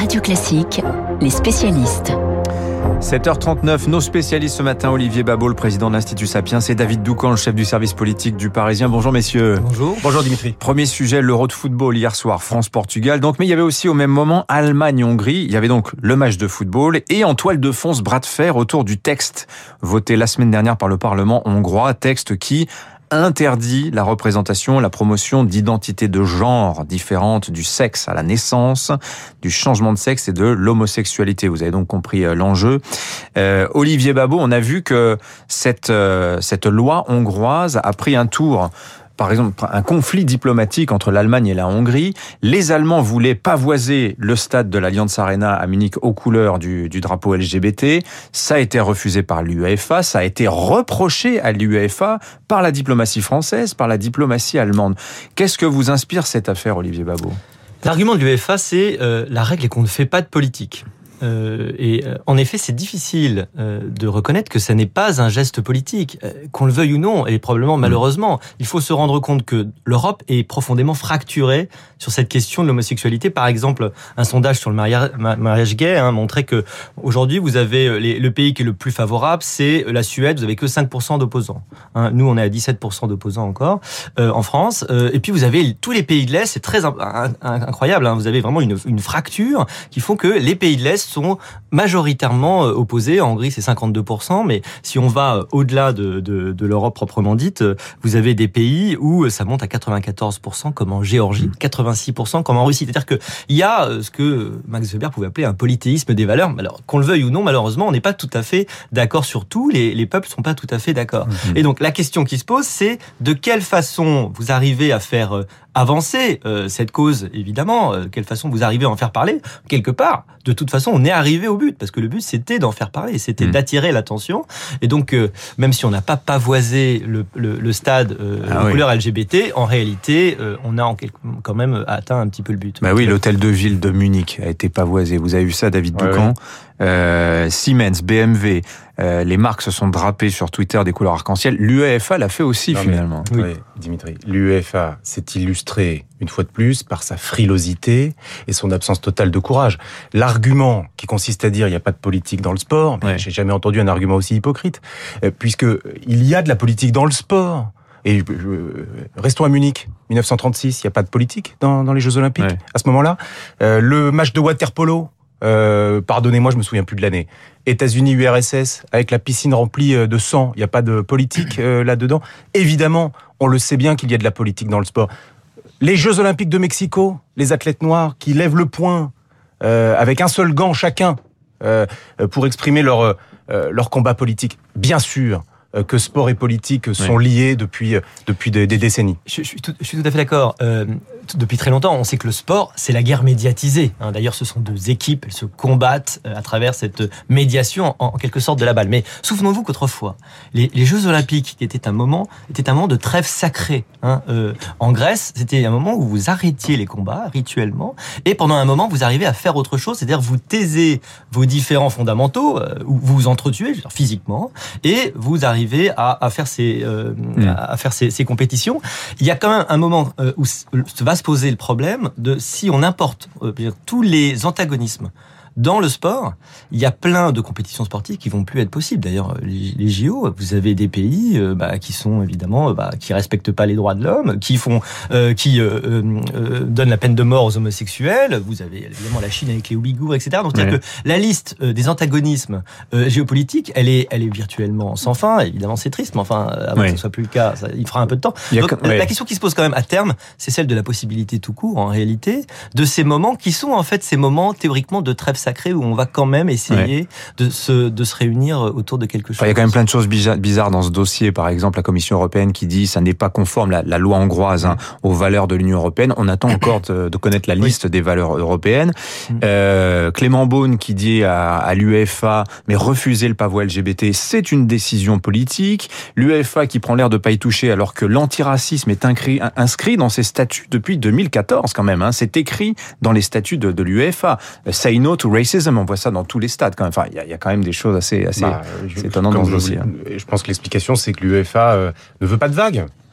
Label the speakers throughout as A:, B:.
A: Radio Classique, les spécialistes.
B: 7h39, nos spécialistes ce matin, Olivier Babot, le président de l'Institut Sapiens, et David Doucan, le chef du service politique du Parisien. Bonjour messieurs.
C: Bonjour. Bonjour Dimitri.
B: Premier sujet, l'Euro de football hier soir, France-Portugal. Mais il y avait aussi au même moment Allemagne-Hongrie. Il y avait donc le match de football et en toile de fond ce bras de fer autour du texte voté la semaine dernière par le Parlement hongrois, texte qui interdit la représentation, la promotion d'identités de genre différentes du sexe à la naissance, du changement de sexe et de l'homosexualité. Vous avez donc compris l'enjeu. Olivier Babot, on a vu que cette loi hongroise a pris un tour. Par exemple, un conflit diplomatique entre l'Allemagne et la Hongrie. Les Allemands voulaient pavoiser le stade de l'Allianz Arena à Munich aux couleurs du drapeau LGBT. Ça a été refusé par l'UEFA. Ça a été reproché à l'UEFA par la diplomatie française, par la diplomatie allemande. Qu'est-ce que vous inspire cette affaire, Olivier Babot ?
C: L'argument de l'UEFA, c'est la règle est qu'on ne fait pas de politique. En effet, c'est difficile de reconnaître que ça n'est pas un geste politique, qu'on le veuille ou non, et probablement malheureusement. Il faut se rendre compte que l'Europe est profondément fracturée sur cette question de l'homosexualité. Par exemple, un sondage sur le mariage gay montrait que aujourd'hui, vous avez le pays qui est le plus favorable, c'est la Suède. Vous avez que 5% d'opposants. Nous, on est à 17% d'opposants encore en France. Et puis, vous avez tous les pays de l'Est. C'est très incroyable. Vous avez vraiment une fracture qui font que les pays de l'Est sont majoritairement opposés. En Hongrie, c'est 52%, mais si on va au-delà de l'Europe proprement dite, vous avez des pays où ça monte à 94%, comme en Géorgie, 86% comme en Russie. C'est-à-dire qu'il y a ce que Max Weber pouvait appeler un polythéisme des valeurs. Alors, qu'on le veuille ou non, malheureusement, on n'est pas tout à fait d'accord sur tout. Les peuples ne sont pas tout à fait d'accord. Et donc, la question qui se pose, c'est de quelle façon vous arrivez à faire avancer cette cause, évidemment, quelle façon vous arrivez à en faire parler, quelque part. De toute façon, on est arrivé au but, parce que le but, c'était d'en faire parler, c'était d'attirer l'attention. Et donc, même si on n'a pas pavoisé le stade aux couleurs LGBT, en réalité, on a quand même atteint un petit peu le but.
B: Oui, l'hôtel de ville de Munich a été pavoisé. Vous avez vu ça, David Doucan ? Siemens, BMW, les marques se sont drapées sur Twitter des couleurs arc-en-ciel. L'UEFA l'a fait aussi, finalement.
D: Oui, Dimitri. L'UEFA s'est illustrée, une fois de plus, par sa frilosité et son absence totale de courage. L'argument qui consiste à dire il n'y a pas de politique dans le sport, j'ai jamais entendu un argument aussi hypocrite, puisque il y a de la politique dans le sport. Et restons à Munich, 1936, il n'y a pas de politique dans les Jeux Olympiques. À ce moment-là, le match de water-polo, pardonnez-moi, je me souviens plus de l'année. États-Unis, URSS, avec la piscine remplie de sang, il n'y a pas de politique là-dedans. Évidemment, on le sait bien qu'il y a de la politique dans le sport. Les Jeux Olympiques de Mexico, les athlètes noirs qui lèvent le poing avec un seul gant chacun pour exprimer leur combat politique. Bien sûr que sport et politique sont liés depuis des décennies.
C: Je suis tout à fait d'accord. Depuis très longtemps, on sait que le sport, c'est la guerre médiatisée. D'ailleurs, ce sont deux équipes, elles se combattent à travers cette médiation, en quelque sorte, de la balle. Mais souvenons-vous qu'autrefois, les Jeux Olympiques, qui étaient un moment de trêve sacrée. En Grèce, c'était un moment où vous arrêtiez les combats, rituellement, et pendant un moment, vous arrivez à faire autre chose, c'est-à-dire vous taisez vos différents fondamentaux, ou vous vous entretuez, physiquement, et vous arrivez à faire ces compétitions. Il y a quand même un moment où va se poser le problème de si on importe tous les antagonismes dans le sport, il y a plein de compétitions sportives qui vont plus être possibles. D'ailleurs, les JO, vous avez des pays qui sont évidemment qui respectent pas les droits de l'homme, qui donnent la peine de mort aux homosexuels. Vous avez évidemment la Chine avec les Ouïghours, etc. Donc, c'est-à-dire que la liste des antagonismes géopolitiques, elle est virtuellement sans fin. Évidemment, c'est triste, mais enfin, avant que ce soit plus le cas, il fera un peu de temps. Donc, la question qui se pose quand même à terme, c'est celle de la possibilité tout court, en réalité, de ces moments qui sont en fait ces moments théoriquement de trêve sacrée où on va quand même essayer de se réunir autour de quelque chose.
B: Il y a quand même plein de choses bizarres dans ce dossier. Par exemple, la Commission européenne qui dit ça n'est pas conforme, la loi hongroise, aux valeurs de l'Union européenne. On attend encore de connaître la liste des valeurs européennes. Clément Beaune qui dit à l'UEFA mais refuser le pavot LGBT, c'est une décision politique. L'UEFA qui prend l'air de pas y toucher alors que l'antiracisme est inscrit dans ses statuts depuis 2014 quand même. C'est écrit dans les statuts de l'UEFA. Say no to racism, on voit ça dans tous les stades quand même. Enfin, il y a quand même des choses assez étonnantes dans ce dossier.
D: Je pense que l'explication, c'est que l'UEFA ne veut pas de vagues.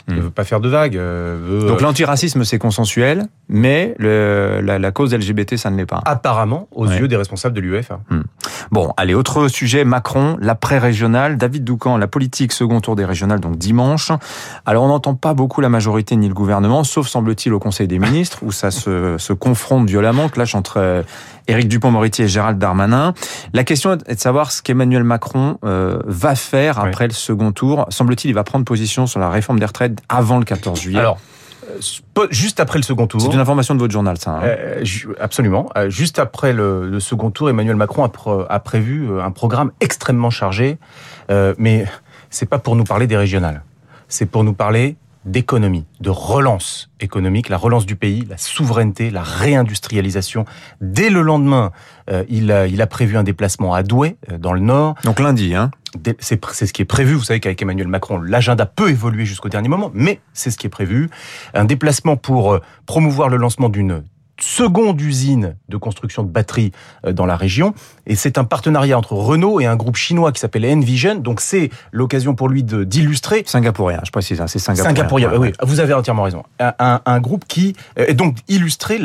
D: ne veut pas faire de vagues.
B: Donc l'antiracisme, c'est consensuel, mais la cause LGBT, ça ne l'est pas.
D: Apparemment, aux yeux des responsables de l'UEFA.
B: Bon, allez, autre sujet, Macron, l'après-régional. David Doucan, la politique, second tour des régionales, donc dimanche. Alors on n'entend pas beaucoup la majorité ni le gouvernement, sauf semble-t-il au Conseil des ministres, où ça se confronte violemment, clash entre Éric Dupond-Moretti et Gérald Darmanin. La question est de savoir ce qu'Emmanuel Macron va faire après le second tour. Semble-t-il, il va prendre position sur la réforme des retraites avant le 14 juillet.
D: Alors, juste après le second tour.
B: C'est une information de votre journal, ça.
D: Absolument. Juste après le second tour, Emmanuel Macron a prévu un programme extrêmement chargé. Mais c'est pas pour nous parler des régionales. C'est pour nous parler d'économie, de relance économique, la relance du pays, la souveraineté, la réindustrialisation. Dès le lendemain, il a prévu un déplacement à Douai, dans le Nord.
B: Donc lundi, hein.
D: C'est ce qui est prévu. Vous savez qu'avec Emmanuel Macron, l'agenda peut évoluer jusqu'au dernier moment, mais c'est ce qui est prévu. Un déplacement pour promouvoir le lancement d'une seconde usine de construction de batteries dans la région. Et c'est un partenariat entre Renault et un groupe chinois qui s'appelle Envision. Donc c'est l'occasion pour lui d'illustrer...
B: Singapourien, je précise, c'est singapourien.
D: Singapourien, oui, vous avez entièrement raison. Un groupe qui... Et donc illustrer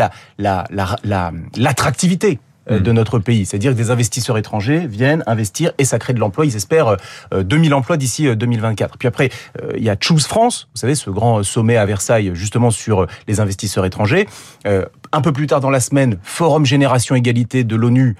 D: l'attractivité de notre pays. C'est-à-dire que des investisseurs étrangers viennent investir et ça crée de l'emploi. Ils espèrent 2000 emplois d'ici 2024. Puis après, il y a Choose France, vous savez, ce grand sommet à Versailles, justement sur les investisseurs étrangers. Un peu plus tard dans la semaine, Forum Génération Égalité de l'ONU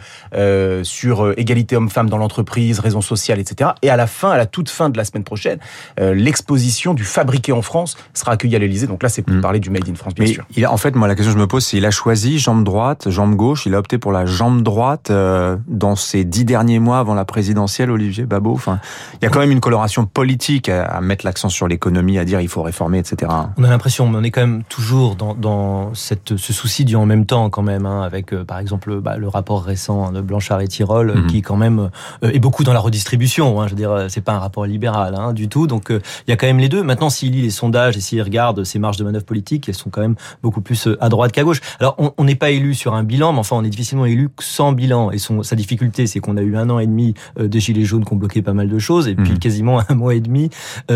D: sur égalité homme-femme dans l'entreprise, raison sociale, etc. Et à la toute fin de la semaine prochaine, l'exposition du Fabriqué en France sera accueillie à l'Élysée. Donc là, c'est pour parler du Made in France, bien sûr.
B: En fait, moi, la question que je me pose, c'est il a choisi jambe droite, jambe gauche. Il a opté pour la jambe droite dans ces 10 derniers mois avant la présidentielle, Olivier Babot. Enfin, il y a quand même une coloration politique à mettre l'accent sur l'économie, à dire il faut réformer, etc.
C: On a l'impression, mais on est quand même toujours dans ce souci du en même temps quand même, hein, avec par exemple le rapport récent de Blanchard et Tirole qui quand même est beaucoup dans la redistribution. Hein, je veux dire, c'est pas un rapport libéral du tout. Donc il y a quand même les deux. Maintenant, s'il lit les sondages et s'il regarde ses marges de manœuvre politiques, elles sont quand même beaucoup plus à droite qu'à gauche. Alors on n'est pas élu sur un bilan, mais enfin on est difficilement élu sans bilan. Et sa difficulté, c'est qu'on a eu 1 an et demi de gilets jaunes qui ont bloqué pas mal de choses, et puis quasiment 1 mois et demi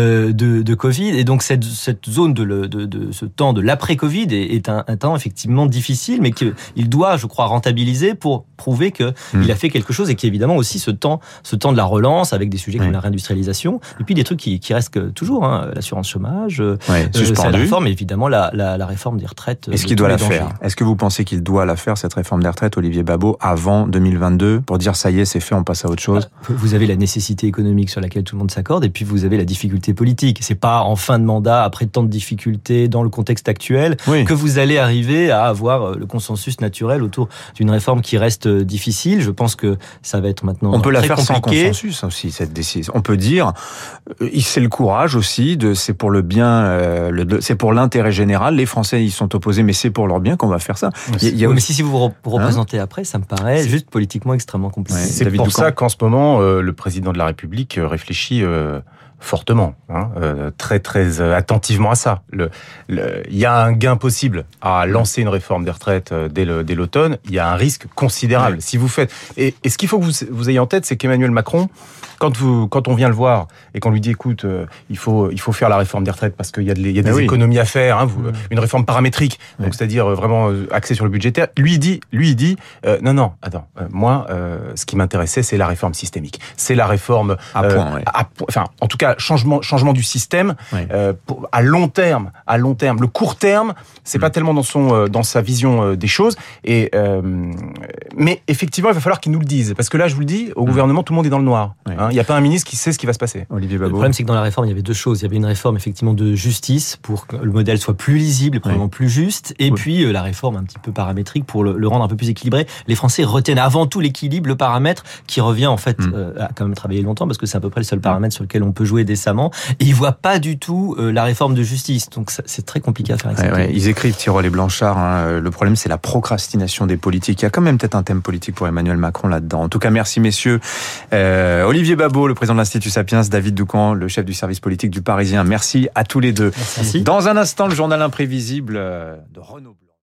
C: de Covid. Et donc cette zone de ce temps de l'après-Covid est un temps effectivement difficile, mais qu'il doit, je crois, rentabiliser pour prouver qu'il a fait quelque chose, et qu'évidemment aussi ce temps de la relance avec des sujets comme la réindustrialisation, et puis des trucs qui restent toujours, l'assurance chômage, la réforme, évidemment la réforme des retraites.
B: Est-ce qu'il doit la faire ? Est-ce que vous pensez qu'il doit la faire, cette réforme des retraites, Olivier Babot, avant 2022, pour dire ça y est, c'est fait, on passe à autre chose ?
C: Vous avez la nécessité économique sur laquelle tout le monde s'accorde, et puis vous avez la difficulté politique. C'est pas en fin de mandat, après tant de difficultés dans le contexte actuel, que vous allez arriver à avoir le consensus naturel autour d'une réforme qui reste difficile. Je pense que ça va être maintenant
B: on peut
C: très
B: la faire
C: compliqué.
B: Sans consensus aussi, cette décision. On peut dire, c'est le courage aussi, c'est pour le bien, c'est pour l'intérêt général. Les Français y sont opposés, mais c'est pour leur bien qu'on va faire ça.
C: Mais si vous représentez après, ça me paraît juste politiquement extrêmement compliqué.
D: C'est David pour ça qu'en ce moment, le président de la République réfléchit fortement, très très attentivement à ça. Il y a un gain possible à lancer une réforme des retraites dès l'automne. Il y a un risque considérable. Si vous faites, et ce qu'il faut que vous ayez en tête, c'est qu'Emmanuel Macron, quand on vient le voir et qu'on lui dit écoute, il faut faire la réforme des retraites parce qu'il y a des économies à faire, une réforme paramétrique, donc c'est-à-dire vraiment axée sur le budgétaire. Lui il dit non, attends, moi ce qui m'intéressait, c'est la réforme systémique, c'est la réforme enfin en tout cas changement du système à long terme. Le court terme, c'est pas tellement dans sa vision des choses, et mais effectivement il va falloir qu'il nous le dise, parce que là je vous le dis, au gouvernement tout le monde est dans le noir. Il n'y a pas un ministre qui sait ce qui va se passer.
B: Olivier Babot.
C: Le problème, c'est que dans la réforme, il y avait deux choses. Il y avait une réforme, effectivement, de justice pour que le modèle soit plus lisible et probablement plus juste. Et puis, la réforme un petit peu paramétrique pour le rendre un peu plus équilibré. Les Français retiennent avant tout l'équilibre, le paramètre, qui revient, en fait, à quand même travailler longtemps, parce que c'est à peu près le seul paramètre sur lequel on peut jouer décemment. Et ils voient pas du tout la réforme de justice. Donc, c'est très compliqué à faire accepter.
B: Ils écrivent, Tirole et Blanchard, le problème, c'est la procrastination des politiques. Il y a quand même peut-être un thème politique pour Emmanuel Macron là-dedans. En tout cas, merci, messieurs. Olivier Babot, le président de l'Institut Sapiens, David Doucan, le chef du service politique du Parisien. Merci à tous les deux.
C: Merci.
B: Dans un instant, le journal imprévisible de Renaud.